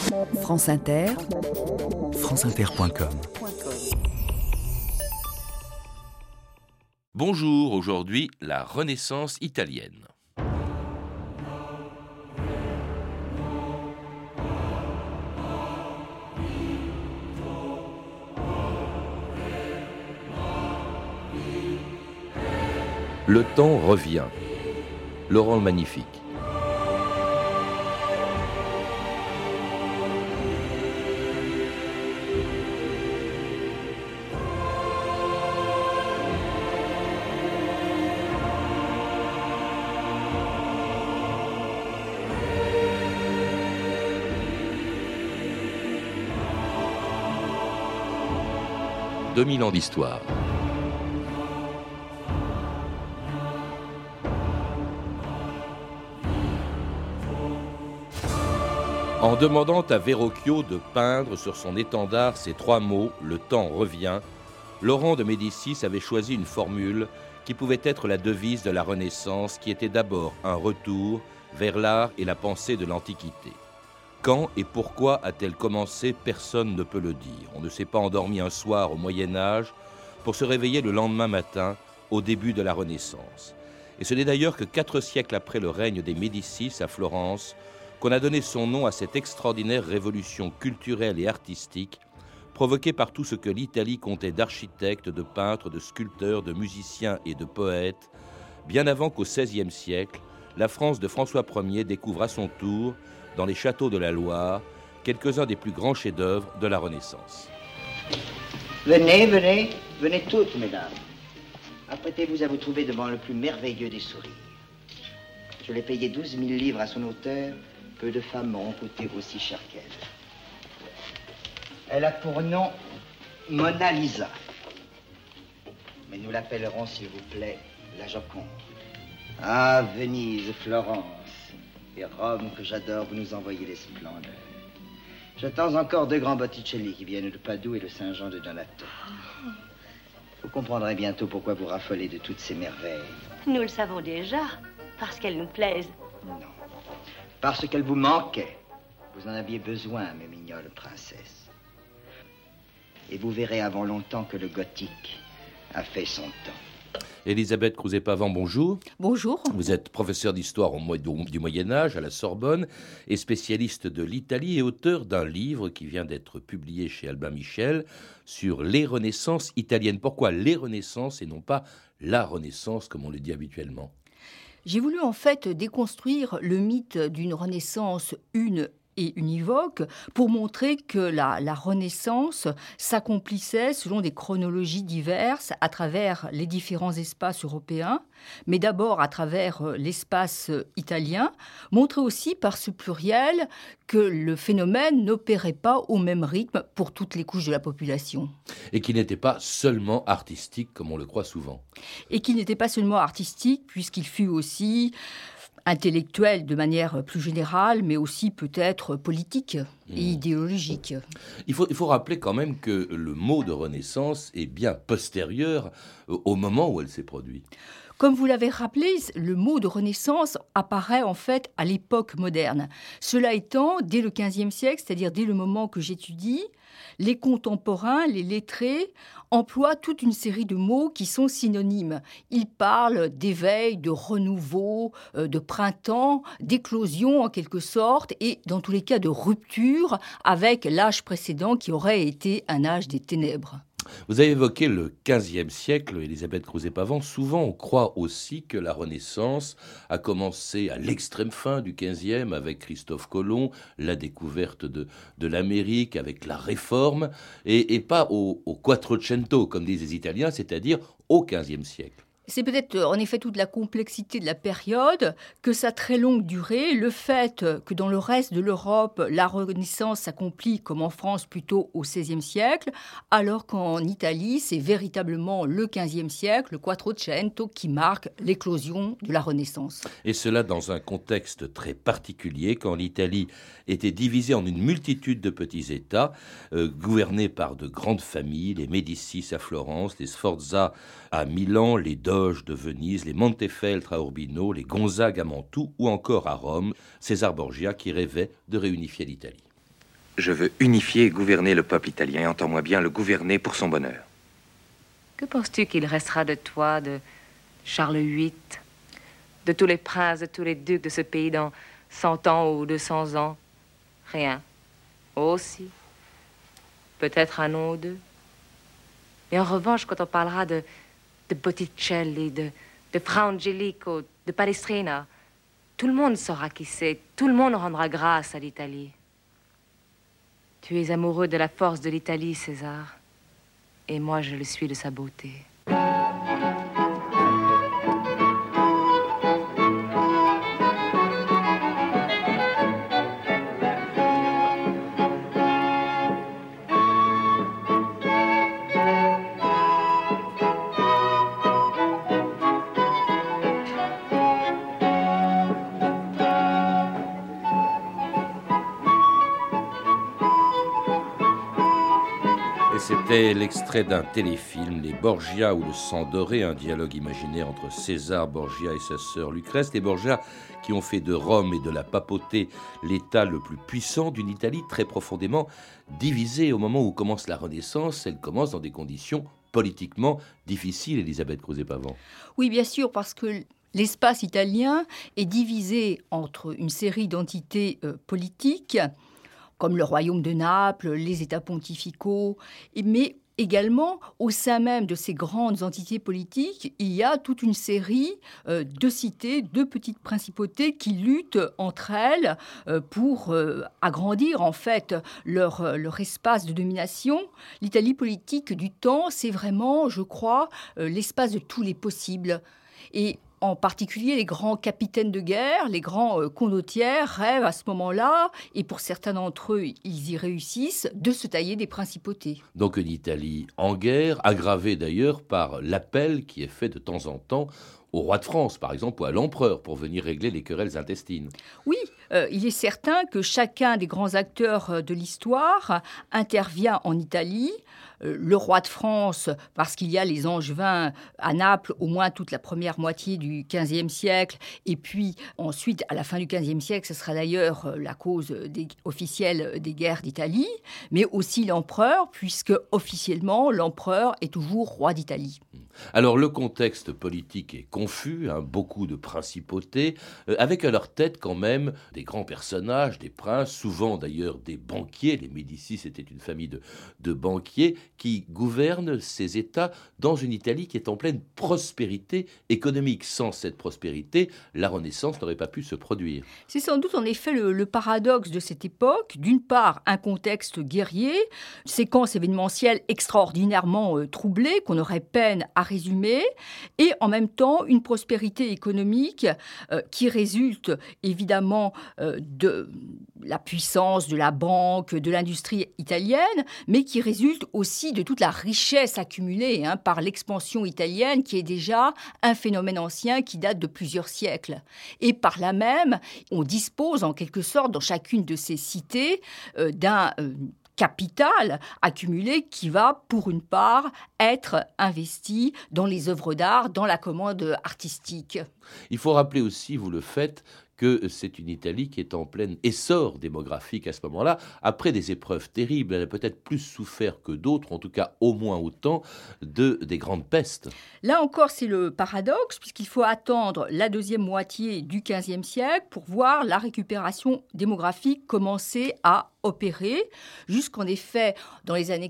France Inter, franceinter.com. Bonjour, aujourd'hui, la Renaissance italienne. Le temps revient. Laurent le Magnifique. « 2000 ans d'histoire. En demandant à Verrocchio de peindre sur son étendard ces trois mots « Le temps revient », Laurent de Médicis avait choisi une formule qui pouvait être la devise de la Renaissance, qui était d'abord un retour vers l'art et la pensée de l'Antiquité. Quand et pourquoi a-t-elle commencé, personne ne peut le dire. On ne s'est pas endormi un soir au Moyen-Âge pour se réveiller le lendemain matin au début de la Renaissance. Et ce n'est d'ailleurs que 4 siècles après le règne des Médicis à Florence qu'on a donné son nom à cette extraordinaire révolution culturelle et artistique provoquée par tout ce que l'Italie comptait d'architectes, de peintres, de sculpteurs, de musiciens et de poètes, bien avant qu'au XVIe siècle, la France de François Ier découvre à son tour, dans les châteaux de la Loire, quelques-uns des plus grands chefs-d'œuvre de la Renaissance. Venez, venez, venez toutes, mesdames. Apprêtez-vous à vous trouver devant le plus merveilleux des sourires. Je l'ai payé 12 000 livres à son auteur. Peu de femmes m'auront coûté aussi cher qu'elle. Elle a pour nom Mona Lisa. Mais nous l'appellerons, s'il vous plaît, la Joconde. Ah, Venise, Florence et Rome, que j'adore, vous nous envoyez les splendeurs. J'attends encore 2 grands Botticelli qui viennent de Padoue et le Saint-Jean de Donato. Vous comprendrez bientôt pourquoi vous raffolez de toutes ces merveilles. Nous le savons déjà, parce qu'elles nous plaisent. Non, parce qu'elles vous manquaient. Vous en aviez besoin, mes mignonnes princesses. Et vous verrez avant longtemps que le gothique a fait son temps. Elisabeth Crouzet-Pavant, bonjour. bonjour. Vous êtes professeur d'histoire du Moyen-Âge à la Sorbonne et spécialiste de l'Italie et auteur d'un livre qui vient d'être publié chez Albin Michel sur les Renaissances italiennes. Pourquoi les Renaissances et non pas la Renaissance comme on le dit habituellement ? J'ai voulu en fait déconstruire le mythe d'une Renaissance une et univoque pour montrer que la Renaissance s'accomplissait selon des chronologies diverses à travers les différents espaces européens, mais d'abord à travers l'espace italien, montrer aussi par ce pluriel que le phénomène n'opérait pas au même rythme pour toutes les couches de la population. Et qui n'était pas seulement artistique comme on le croit souvent. Et qu'il n'était pas seulement artistique puisqu'il fut aussi intellectuel de manière plus générale, mais aussi peut-être politique et idéologique. Il faut rappeler quand même que le mot de Renaissance est bien postérieur au moment où elle s'est produite. Comme vous l'avez rappelé, le mot de Renaissance apparaît en fait à l'époque moderne. Cela étant, dès le XVe siècle, c'est-à-dire dès le moment que j'étudie, les contemporains, les lettrés, emploient toute une série de mots qui sont synonymes. Ils parlent d'éveil, de renouveau, de printemps, d'éclosion en quelque sorte, et dans tous les cas de rupture avec l'âge précédent qui aurait été un âge des ténèbres. Vous avez évoqué le XVe siècle, Elisabeth Crouzet-Pavant. Souvent, on croit aussi que la Renaissance a commencé à l'extrême fin du XVe avec Christophe Colomb, la découverte de l'Amérique, avec la Réforme, et pas au Quattrocento, comme disent les Italiens, c'est-à-dire au XVe siècle. C'est peut-être en effet toute la complexité de la période, que sa très longue durée, le fait que dans le reste de l'Europe, la Renaissance s'accomplit comme en France plutôt au XVIe siècle, alors qu'en Italie, c'est véritablement le XVe siècle, le Quattrocento, qui marque l'éclosion de la Renaissance. Et cela dans un contexte très particulier, quand l'Italie était divisée en une multitude de petits États, gouvernés par de grandes familles, les Médicis à Florence, les Sforza à Milan, les Doges de Venise, les Montefeltro à Urbino, les Gonzague à Mantoue ou encore à Rome, César Borgia qui rêvait de réunifier l'Italie. Je veux unifier et gouverner le peuple italien, et entends-moi bien, le gouverner pour son bonheur. Que penses-tu qu'il restera de toi, de Charles VIII, de tous les princes, de tous les ducs de ce pays dans 100 ans ou 200 ans? Rien. Aussi. Peut-être un nom ou deux. Et en revanche, quand on parlera de Botticelli, de Fra Angelico, de Palestrina, tout le monde saura qui c'est. Tout le monde rendra grâce à l'Italie. Tu es amoureux de la force de l'Italie, César. Et moi, je le suis de sa beauté. C'était l'extrait d'un téléfilm, Les Borgia ou le sang doré, un dialogue imaginaire entre César Borgia et sa sœur Lucrèce. Les Borgia qui ont fait de Rome et de la papauté l'état le plus puissant d'une Italie très profondément divisée. Au moment où commence la Renaissance, elle commence dans des conditions politiquement difficiles, Elisabeth Crozet-Pavant. Oui, bien sûr, parce que l'espace italien est divisé entre une série d'entités politiques, comme le royaume de Naples, les États pontificaux, mais également, au sein même de ces grandes entités politiques, il y a toute une série de cités, de petites principautés qui luttent entre elles pour agrandir en fait leur espace de domination. L'Italie politique du temps, c'est vraiment, je crois, l'espace de tous les possibles. Et en particulier, les grands capitaines de guerre, les grands condottières rêvent à ce moment-là, et pour certains d'entre eux, ils y réussissent, de se tailler des principautés. Donc une Italie en guerre, aggravée d'ailleurs par l'appel qui est fait de temps en temps au roi de France, par exemple, ou à l'empereur, pour venir régler les querelles intestines. Oui, il est certain que chacun des grands acteurs de l'histoire intervient en Italie. Le roi de France, parce qu'il y a les Angevins à Naples, au moins toute la première moitié du XVe siècle, et puis ensuite, à la fin du XVe siècle, ce sera d'ailleurs la cause officielle des guerres d'Italie, mais aussi l'empereur, puisque officiellement, l'empereur est toujours roi d'Italie. Alors le contexte politique est confus, beaucoup de principautés, avec à leur tête quand même des grands personnages, des princes, souvent d'ailleurs des banquiers. Les Médicis étaient une famille de banquiers qui gouvernent ces États dans une Italie qui est en pleine prospérité économique. Sans cette prospérité, la Renaissance n'aurait pas pu se produire. C'est sans doute en effet le paradoxe de cette époque. D'une part, un contexte guerrier, une séquence événementielle extraordinairement troublée qu'on aurait peine à résumer, et en même temps une prospérité économique qui résulte évidemment de la puissance de la banque, de l'industrie italienne, mais qui résulte aussi de toute la richesse accumulée par l'expansion italienne, qui est déjà un phénomène ancien qui date de plusieurs siècles. Et par là même, on dispose en quelque sorte dans chacune de ces cités d'un capital accumulé qui va, pour une part, être investi dans les œuvres d'art, dans la commande artistique. Il faut rappeler aussi, vous le faites, que c'est une Italie qui est en plein essor démographique à ce moment-là, après des épreuves terribles. Elle a peut-être plus souffert que d'autres, en tout cas au moins autant, des grandes pestes. Là encore, c'est le paradoxe, puisqu'il faut attendre la deuxième moitié du XVe siècle pour voir la récupération démographique commencer à opérer, jusqu'en effet, dans les années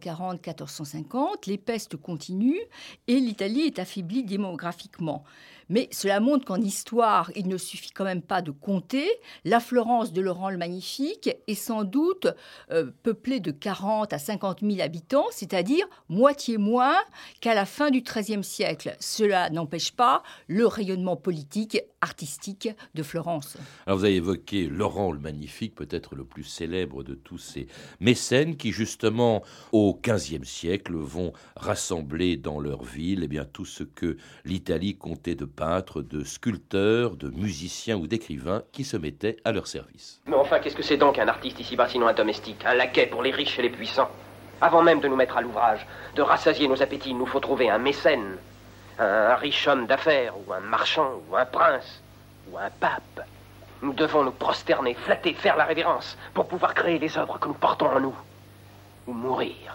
1440-1450, les pestes continuent et l'Italie est affaiblie démographiquement. Mais cela montre qu'en histoire, il ne suffit quand même pas de compter. La Florence de Laurent le Magnifique est sans doute peuplée de 40 à 50 000 habitants, c'est-à-dire moitié moins qu'à la fin du XIIIe siècle. Cela n'empêche pas le rayonnement politique, artistique de Florence. Alors vous avez évoqué Laurent le Magnifique, peut-être le plus célèbre de tous ces mécènes qui, justement, au XVe siècle, vont rassembler dans leur ville tout ce que l'Italie comptait de peintres, de sculpteurs, de musiciens ou d'écrivains qui se mettaient à leur service. Mais enfin, qu'est-ce que c'est donc un artiste ici-bas sinon un domestique, un laquais pour les riches et les puissants? Avant même de nous mettre à l'ouvrage, de rassasier nos appétits, il nous faut trouver un mécène, un riche homme d'affaires, ou un marchand, ou un prince, ou un pape. Nous devons nous prosterner, flatter, faire la révérence pour pouvoir créer les œuvres que nous portons en nous. Ou mourir.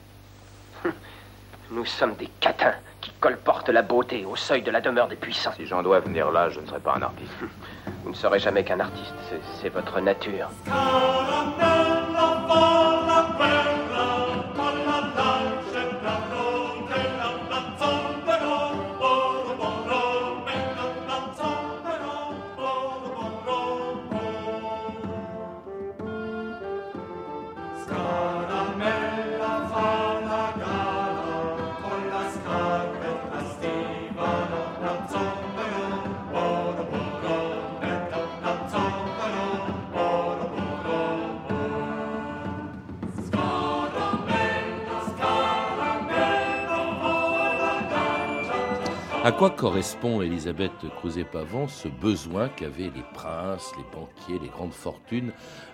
Nous sommes des catins qui colportent la beauté au seuil de la demeure des puissants. Si j'en dois venir là, je ne serai pas un artiste. Vous ne serez jamais qu'un artiste, c'est votre nature. À quoi correspond, Elisabeth Crouzet-Pavant, ce besoin qu'avaient les princes, les banquiers, les grandes fortunes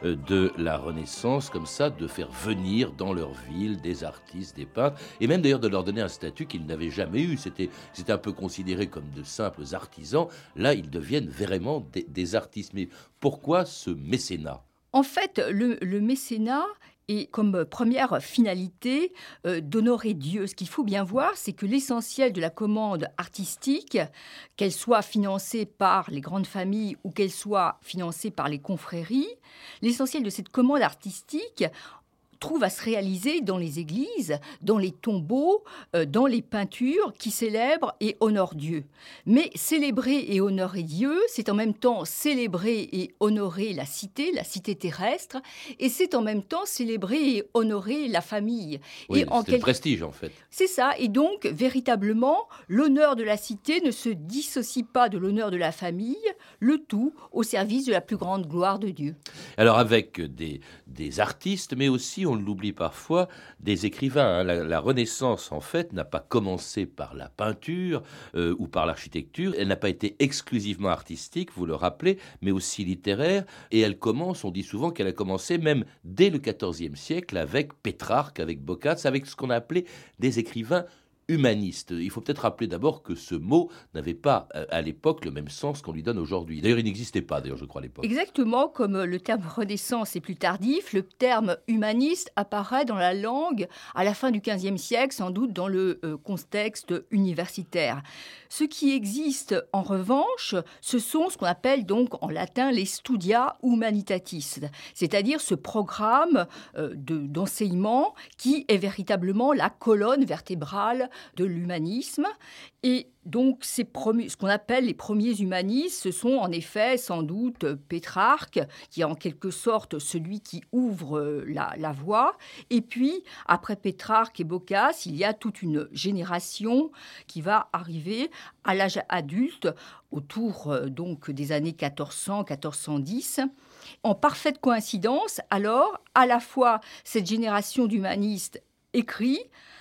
de la Renaissance, comme ça, de faire venir dans leur ville des artistes, des peintres, et même d'ailleurs de leur donner un statut qu'ils n'avaient jamais eu. C'était un peu considéré comme de simples artisans. Là, ils deviennent vraiment des artistes. Mais pourquoi ce mécénat ? En fait, le mécénat et comme première finalité d'honorer Dieu. Ce qu'il faut bien voir, c'est que l'essentiel de la commande artistique, qu'elle soit financée par les grandes familles ou qu'elle soit financée par les confréries, l'essentiel de cette commande artistique trouve à se réaliser dans les églises, dans les tombeaux, dans les peintures qui célèbrent et honorent Dieu. Mais célébrer et honorer Dieu, c'est en même temps célébrer et honorer la cité terrestre, et c'est en même temps célébrer et honorer la famille. Oui, c'est le prestige en fait. C'est ça, et donc véritablement, l'honneur de la cité ne se dissocie pas de l'honneur de la famille, le tout au service de la plus grande gloire de Dieu. Alors avec des artistes, mais aussi, on l'oublie parfois, des écrivains. La Renaissance, en fait, n'a pas commencé par la peinture ou par l'architecture. Elle n'a pas été exclusivement artistique, vous le rappelez, mais aussi littéraire. Et elle commence, on dit souvent qu'elle a commencé même dès le XIVe siècle avec Pétrarque, avec Boccaz, avec ce qu'on a appelé des écrivains humaniste. Il faut peut-être rappeler d'abord que ce mot n'avait pas à l'époque le même sens qu'on lui donne aujourd'hui. D'ailleurs, il n'existait pas, je crois, à l'époque. Exactement, comme le terme Renaissance est plus tardif, le terme humaniste apparaît dans la langue à la fin du XVe siècle, sans doute dans le contexte universitaire. Ce qui existe, en revanche, ce sont ce qu'on appelle donc en latin les studia humanitatis, c'est-à-dire ce programme d'enseignement qui est véritablement la colonne vertébrale de l'humanisme. Et donc, ce qu'on appelle les premiers humanistes, ce sont en effet sans doute Pétrarque, qui est en quelque sorte celui qui ouvre la voie. Et puis, après Pétrarque et Boccaz, il y a toute une génération qui va arriver à l'âge adulte, autour donc des années 1400-1410. En parfaite coïncidence, alors, à la fois cette génération d'humanistes écrit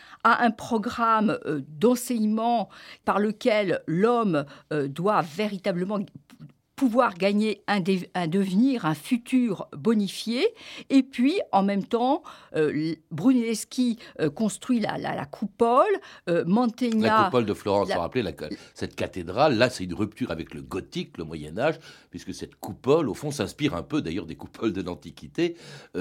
à un programme d'enseignement par lequel l'homme doit véritablement pouvoir gagner un devenir, un futur bonifié. Et puis, en même temps, Brunelleschi construit la coupole, Mantegna... La coupole de Florence, vous vous rappelez, cette cathédrale, là, c'est une rupture avec le gothique, le Moyen-Âge, puisque cette coupole, au fond, s'inspire un peu, d'ailleurs, des coupoles de l'Antiquité,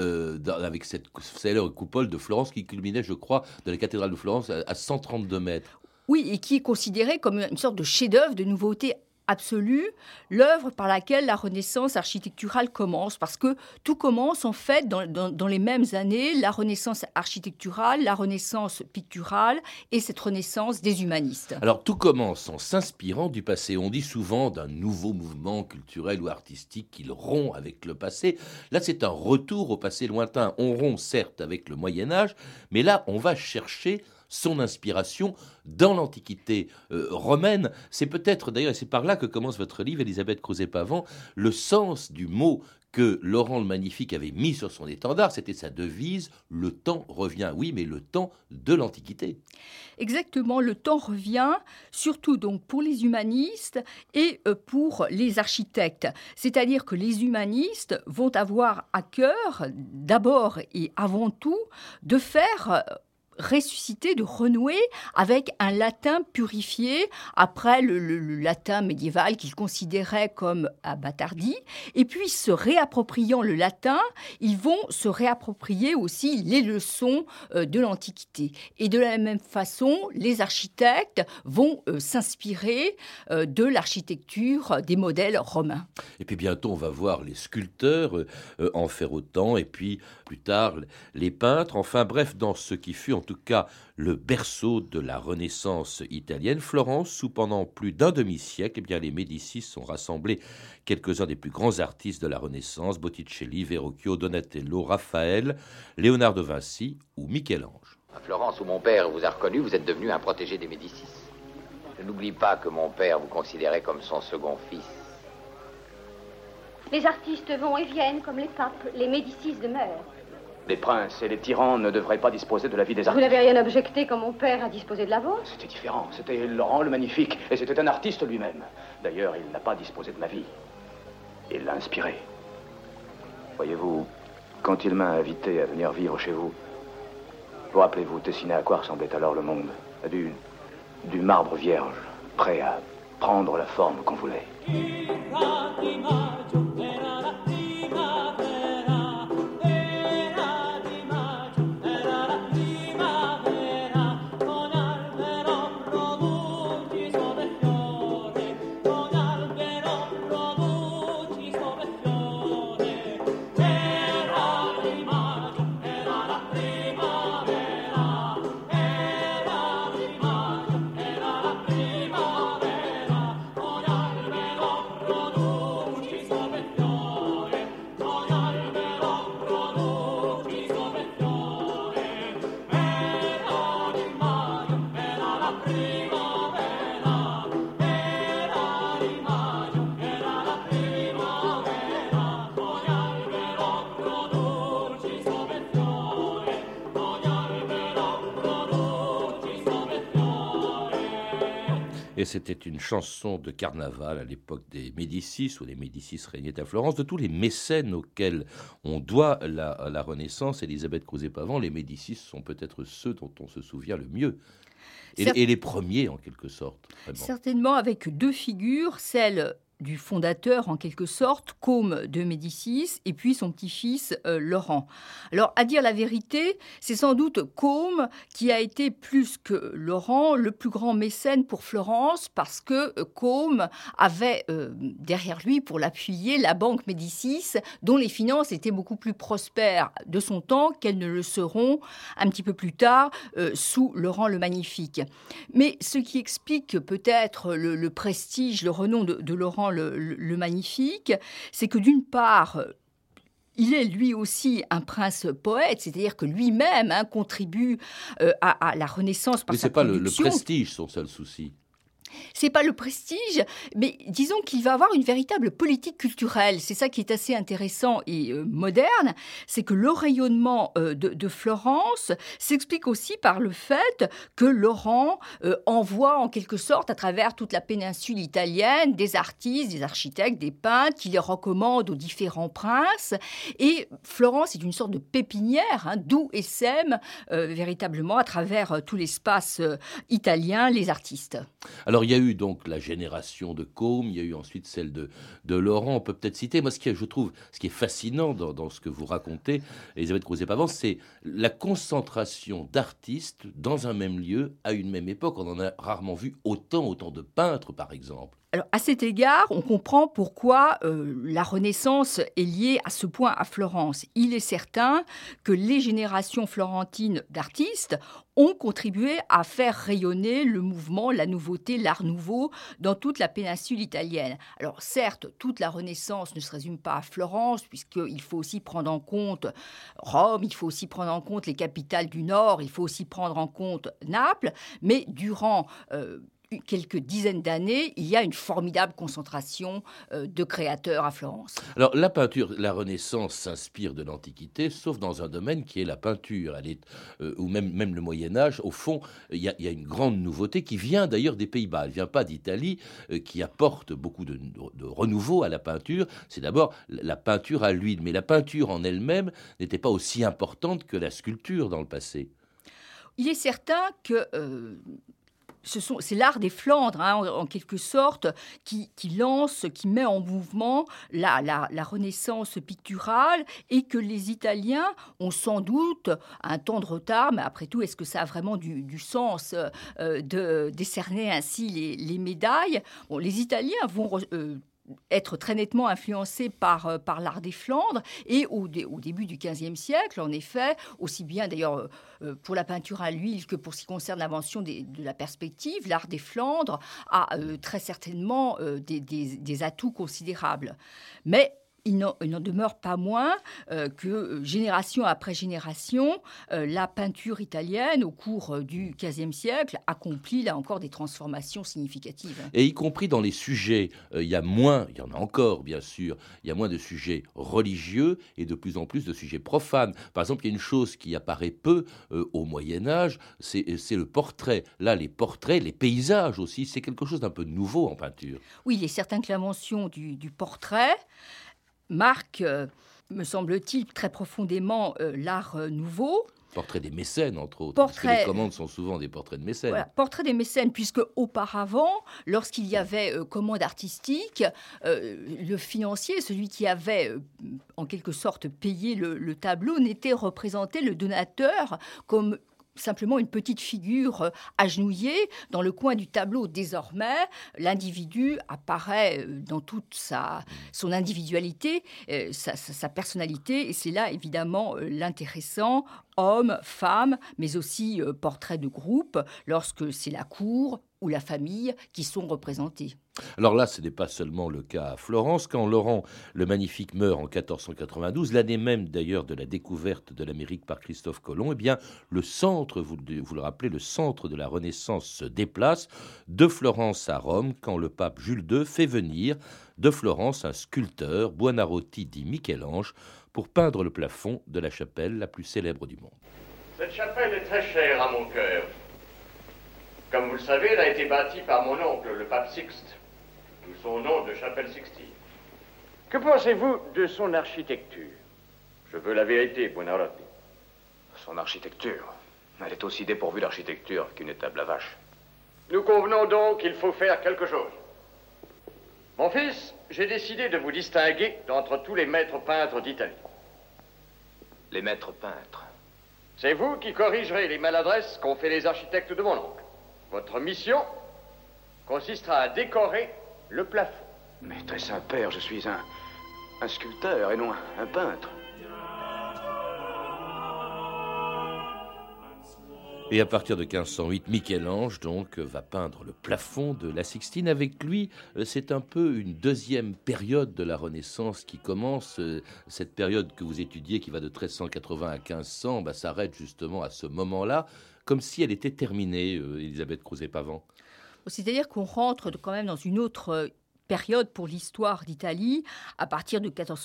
avec cette célèbre coupole de Florence qui culminait, je crois, de la cathédrale de Florence à 132 mètres. Oui, et qui est considérée comme une sorte de chef-d'œuvre, de nouveauté absolue, l'œuvre par laquelle la Renaissance architecturale commence, parce que tout commence en fait dans les mêmes années, la Renaissance architecturale, la Renaissance picturale et cette Renaissance des humanistes. Alors tout commence en s'inspirant du passé. On dit souvent d'un nouveau mouvement culturel ou artistique qu'il rompt avec le passé. Là, c'est un retour au passé lointain. On rompt certes avec le Moyen-Âge, mais là, on va chercher son inspiration dans l'Antiquité romaine. C'est peut-être, d'ailleurs, et c'est par là que commence votre livre, Elisabeth Crouzet-Pavant, le sens du mot que Laurent le Magnifique avait mis sur son étendard, c'était sa devise, le temps revient. Oui, mais le temps de l'Antiquité. Exactement, le temps revient, surtout donc pour les humanistes et pour les architectes. C'est-à-dire que les humanistes vont avoir à cœur, d'abord et avant tout, de faire ressusciter, de renouer avec un latin purifié après le latin médiéval qu'ils considéraient comme abattardi. Et puis, se réappropriant le latin, ils vont se réapproprier aussi les leçons de l'Antiquité. Et de la même façon, les architectes vont s'inspirer de l'architecture des modèles romains. Et puis bientôt, on va voir les sculpteurs en faire autant, et puis plus tard, les peintres. Enfin bref, dans ce qui fut en tout cas le berceau de la Renaissance italienne, Florence, où pendant plus d'un demi-siècle, eh bien, les Médicis sont rassemblés quelques-uns des plus grands artistes de la Renaissance, Botticelli, Verrocchio, Donatello, Raphaël, Léonard de Vinci ou Michel-Ange. À Florence, où mon père vous a reconnu, vous êtes devenu un protégé des Médicis. Je n'oublie pas que mon père vous considérait comme son second fils. Les artistes vont et viennent comme les papes, les Médicis demeurent. Les princes et les tyrans ne devraient pas disposer de la vie des Vous artistes. n'avez rien objecté quand mon père a disposé de la vôtre? C'était différent. C'était Laurent le Magnifique. Et c'était un artiste lui-même. D'ailleurs, il n'a pas disposé de ma vie. Il l'a inspiré. Voyez-vous, quand il m'a invité à venir vivre chez vous, vous rappelez-vous dessiner à quoi ressemblait alors le monde? Du marbre vierge, prêt à prendre la forme qu'on voulait. Et c'était une chanson de carnaval à l'époque des Médicis, où les Médicis régnaient à Florence, de tous les mécènes auxquels on doit la Renaissance. Élisabeth Crozet-Pavant, les Médicis sont peut-être ceux dont on se souvient le mieux. Et les premiers, en quelque sorte. Vraiment. Certainement avec deux figures, celle du fondateur, en quelque sorte, Côme de Médicis, et puis son petit-fils Laurent. Alors, à dire la vérité, c'est sans doute Côme qui a été, plus que Laurent, le plus grand mécène pour Florence, parce que Côme avait derrière lui, pour l'appuyer, la banque Médicis, dont les finances étaient beaucoup plus prospères de son temps qu'elles ne le seront un petit peu plus tard, sous Laurent le Magnifique. Mais ce qui explique peut-être le prestige, le renom de Laurent le Magnifique, c'est que d'une part, il est lui aussi un prince poète, c'est-à-dire que lui-même contribue à la Renaissance par sa production. Mais c'est pas le prestige son seul souci. C'est pas le prestige, mais disons qu'il va avoir une véritable politique culturelle. C'est ça qui est assez intéressant et moderne, c'est que le rayonnement de Florence s'explique aussi par le fait que Laurent envoie en quelque sorte à travers toute la péninsule italienne des artistes, des architectes, des peintres qui les recommandent aux différents princes. Et Florence est une sorte de pépinière, d'où essaiment véritablement à travers tout l'espace italien les artistes. Alors, il y a eu donc la génération de Côme, il y a eu ensuite celle de Laurent, on peut peut-être citer. Moi, ce qui est fascinant dans ce que vous racontez, Élisabeth Crozet-Pavant, c'est la concentration d'artistes dans un même lieu, à une même époque. On en a rarement vu autant de peintres, par exemple. Alors, à cet égard, on comprend pourquoi la Renaissance est liée à ce point à Florence. Il est certain que les générations florentines d'artistes ont contribué à faire rayonner le mouvement, la nouveauté, l'art nouveau dans toute la péninsule italienne. Alors certes, toute la Renaissance ne se résume pas à Florence, puisqu'il faut aussi prendre en compte Rome, il faut aussi prendre en compte les capitales du Nord, il faut aussi prendre en compte Naples, mais durant quelques dizaines d'années, il y a une formidable concentration de créateurs à Florence. Alors, la peinture, la Renaissance s'inspire de l'Antiquité, sauf dans un domaine qui est la peinture. Elle est, ou même le Moyen-Âge, au fond, il y a une grande nouveauté qui vient d'ailleurs des Pays-Bas. Elle ne vient pas d'Italie, qui apporte beaucoup de renouveau à la peinture. C'est d'abord la peinture à l'huile. Mais la peinture en elle-même n'était pas aussi importante que la sculpture dans le passé. Il est certain que c'est l'art des Flandres, en quelque sorte, qui lance, qui met en mouvement la Renaissance picturale, et que les Italiens ont sans doute un temps de retard. Mais après tout, est-ce que ça a vraiment du sens de décerner ainsi les médailles ? Bon, les Italiens vont être très nettement influencés par l'art des Flandres, et au début du XVe siècle, en effet, aussi bien d'ailleurs pour la peinture à l'huile que pour ce qui concerne l'invention de la perspective, l'art des Flandres a très certainement des atouts considérables. Mais il n'en demeure pas moins que génération après génération, la peinture italienne, au cours du XVe siècle, accomplit là encore des transformations significatives. Et y compris dans les sujets, il y en a encore bien sûr, il y a moins de sujets religieux et de plus en plus de sujets profanes. Par exemple, il y a une chose qui apparaît peu au Moyen-Âge, c'est le portrait. Là, les portraits, les paysages aussi, c'est quelque chose d'un peu nouveau en peinture. Oui, il est certain que l'invention du portrait marque, me semble-t-il, très profondément l'art nouveau. Portrait des mécènes, entre autres, parce que les commandes sont souvent des portraits de mécènes. Voilà, portrait des mécènes, puisque auparavant, lorsqu'il y avait commande artistique, le financier, celui qui avait en quelque sorte payé le tableau, n'était représenté, le donateur, comme simplement une petite figure agenouillée dans le coin du tableau. Désormais, l'individu apparaît dans toute son individualité, sa personnalité, et c'est là évidemment l'intéressant, hommes, femmes, mais aussi portraits de groupe, lorsque c'est la cour ou la famille qui sont représentés. Alors là, ce n'est pas seulement le cas à Florence. Quand Laurent le Magnifique meurt en 1492, l'année même d'ailleurs de la découverte de l'Amérique par Christophe Colomb, eh bien, le centre, vous le rappelez, le centre de la Renaissance se déplace de Florence à Rome, quand le pape Jules II fait venir de Florence un sculpteur, Buonarroti dit Michel-Ange, pour peindre le plafond de la chapelle la plus célèbre du monde. Cette chapelle est très chère à mon cœur. Comme vous le savez, elle a été bâtie par mon oncle, le pape Sixte, d'où son nom de chapelle Sixtine. Que pensez-vous de son architecture? Je veux la vérité, Buonarroti. Son architecture, elle est aussi dépourvue d'architecture qu'une étable à vache. Nous convenons donc qu'il faut faire quelque chose. Mon fils, j'ai décidé de vous distinguer d'entre tous les maîtres peintres d'Italie. Les maîtres peintres? C'est vous qui corrigerez les maladresses qu'ont fait les architectes de mon oncle. Votre mission consistera à décorer le plafond. Mais très Saint-Père, je suis un sculpteur et non un peintre. Et à partir de 1508, Michel-Ange donc va peindre le plafond de la Sixtine. Avec lui, c'est un peu une deuxième période de la Renaissance qui commence. Cette période que vous étudiez, qui va de 1380 à 1500, s'arrête justement à ce moment-là, comme si elle était terminée, Elisabeth Crozet-Pavant. C'est-à-dire qu'on rentre quand même dans une autre période pour l'histoire d'Italie, à partir de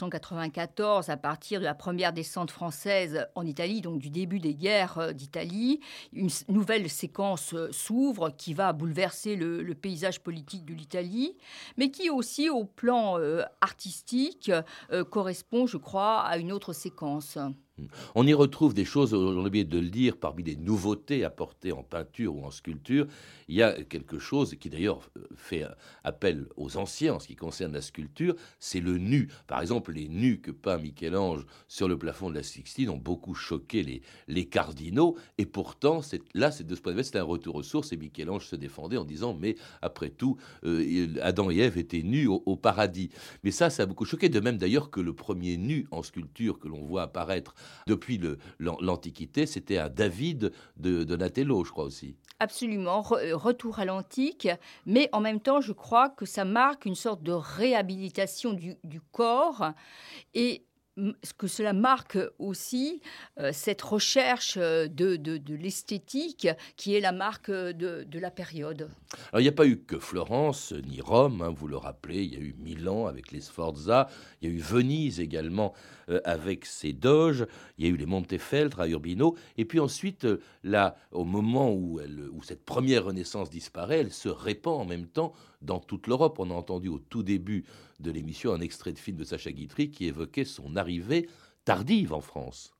1494, à partir de la première descente française en Italie, donc du début des guerres d'Italie, une nouvelle séquence s'ouvre qui va bouleverser le paysage politique de l'Italie, mais qui aussi, au plan artistique, correspond, je crois, à une autre séquence. On y retrouve des choses, on a oublié de le dire, parmi les nouveautés apportées en peinture ou en sculpture. Il y a quelque chose qui d'ailleurs fait appel aux anciens en ce qui concerne la sculpture, c'est le nu. Par exemple, les nus que peint Michel-Ange sur le plafond de la Sixtine ont beaucoup choqué les cardinaux, et pourtant, de ce point de vue, c'est un retour aux sources, et Michel-Ange se défendait en disant, mais après tout, Adam et Ève étaient nus au paradis. Mais ça a beaucoup choqué, de même d'ailleurs que le premier nu en sculpture que l'on voit apparaître depuis l'Antiquité, c'était un David de Donatello, je crois aussi. Absolument, retour à l'antique, mais en même temps, je crois que ça marque une sorte de réhabilitation du corps, et que cela marque aussi cette recherche de l'esthétique qui est la marque de la période. Alors, il n'y a pas eu que Florence ni Rome, vous le rappelez, il y a eu Milan avec les Sforza, il y a eu Venise également avec ses doges, il y a eu les Montefeltro à Urbino, et puis ensuite, là, au moment où cette première Renaissance disparaît, elle se répand en même temps dans toute l'Europe. On a entendu au tout début de l'émission un extrait de film de Sacha Guitry qui évoquait son arrivée tardive en France.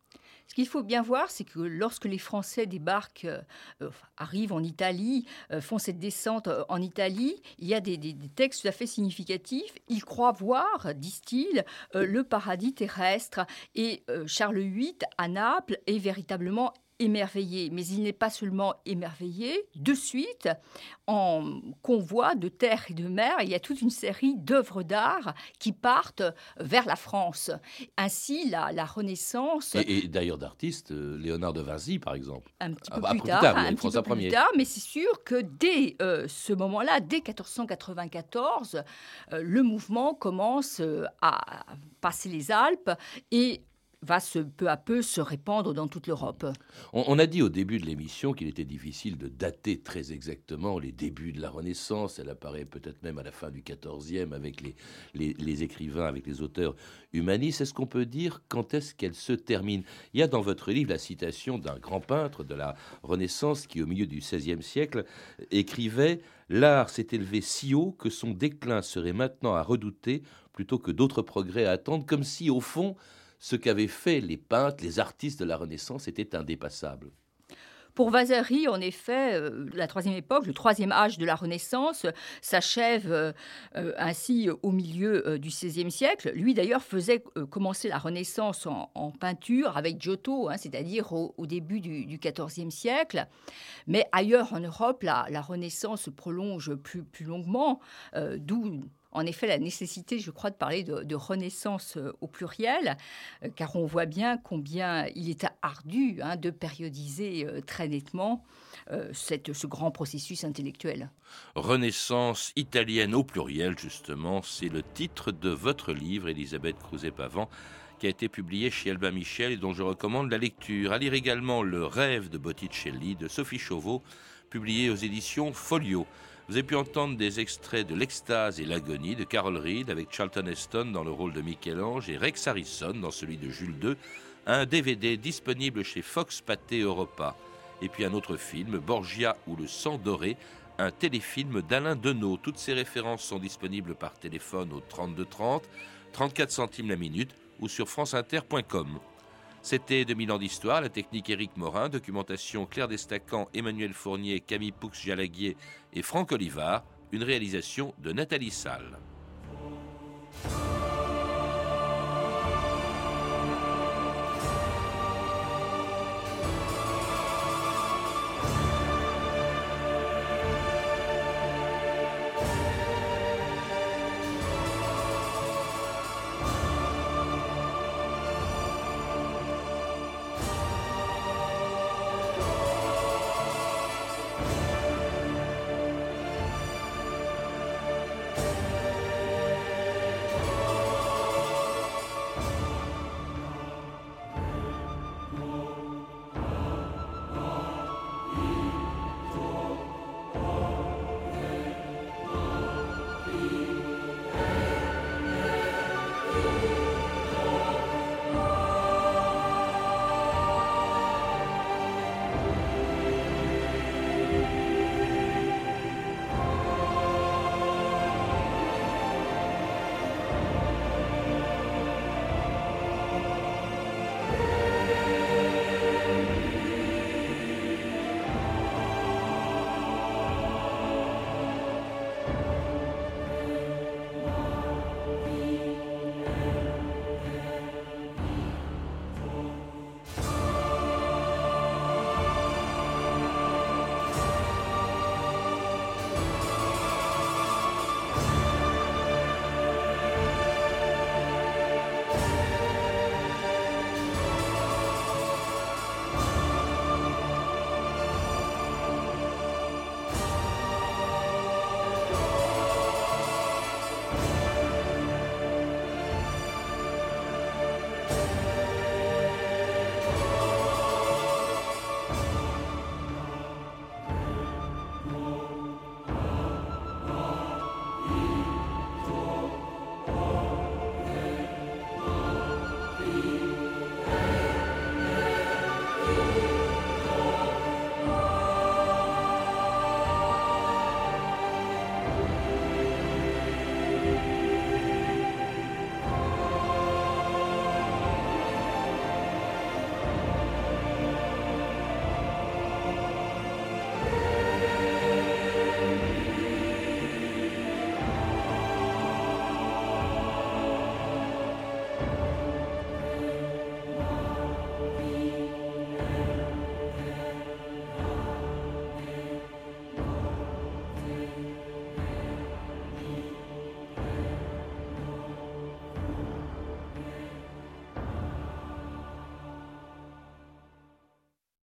Ce qu'il faut bien voir, c'est que lorsque les Français débarquent, arrivent en Italie, font cette descente en Italie, il y a des textes tout à fait significatifs. Ils croient voir, disent-ils, le paradis terrestre. Et Charles VIII, à Naples, est véritablement émerveillé. Mais il n'est pas seulement émerveillé. De suite, en convoi de terre et de mer, il y a toute une série d'œuvres d'art qui partent vers la France. Ainsi, la Renaissance... Et d'ailleurs d'artistes, Léonard de Vinci, par exemple. Un petit peu plus tard, mais c'est sûr que dès ce moment-là, dès 1494, le mouvement commence à passer les Alpes et va peu à peu se répandre dans toute l'Europe. On a dit au début de l'émission qu'il était difficile de dater très exactement les débuts de la Renaissance. Elle apparaît peut-être même à la fin du XIVe avec les écrivains, avec les auteurs humanistes. Est-ce qu'on peut dire quand est-ce qu'elle se termine ? Il y a dans votre livre la citation d'un grand peintre de la Renaissance qui, au milieu du XVIe siècle, écrivait « L'art s'est élevé si haut que son déclin serait maintenant à redouter plutôt que d'autres progrès à attendre », comme si, au fond, ce qu'avaient fait les peintres, les artistes de la Renaissance était indépassable. Pour Vasari, en effet, la troisième époque, le troisième âge de la Renaissance, s'achève ainsi au milieu du XVIe siècle. Lui, d'ailleurs, faisait commencer la Renaissance en peinture avec Giotto, c'est-à-dire au début du XIVe siècle. Mais ailleurs en Europe, la Renaissance se prolonge plus longuement, d'où... En effet, la nécessité, je crois, de parler de renaissance au pluriel, car on voit bien combien il est ardu de périodiser très nettement ce grand processus intellectuel. Renaissance italienne au pluriel, justement, c'est le titre de votre livre, Elisabeth Crouzet-Pavant, qui a été publié chez Albin Michel et dont je recommande la lecture. À lire également Le rêve de Botticelli de Sophie Chauveau, publié aux éditions Folio. Vous avez pu entendre des extraits de L'Extase et l'Agonie de Carol Reed avec Charlton Heston dans le rôle de Michel-Ange et Rex Harrison dans celui de Jules II, un DVD disponible chez Fox Pathé Europa. Et puis un autre film, Borgia ou le sang doré, un téléfilm d'Alain Deneau. Toutes ces références sont disponibles par téléphone au 32 30, 34 centimes la minute ou sur franceinter.com. C'était 2000 ans d'histoire, la technique Éric Morin, documentation Claire Destacan, Emmanuel Fournier, Camille Poux-Jalaguier et Franck Olivard, une réalisation de Nathalie Salle.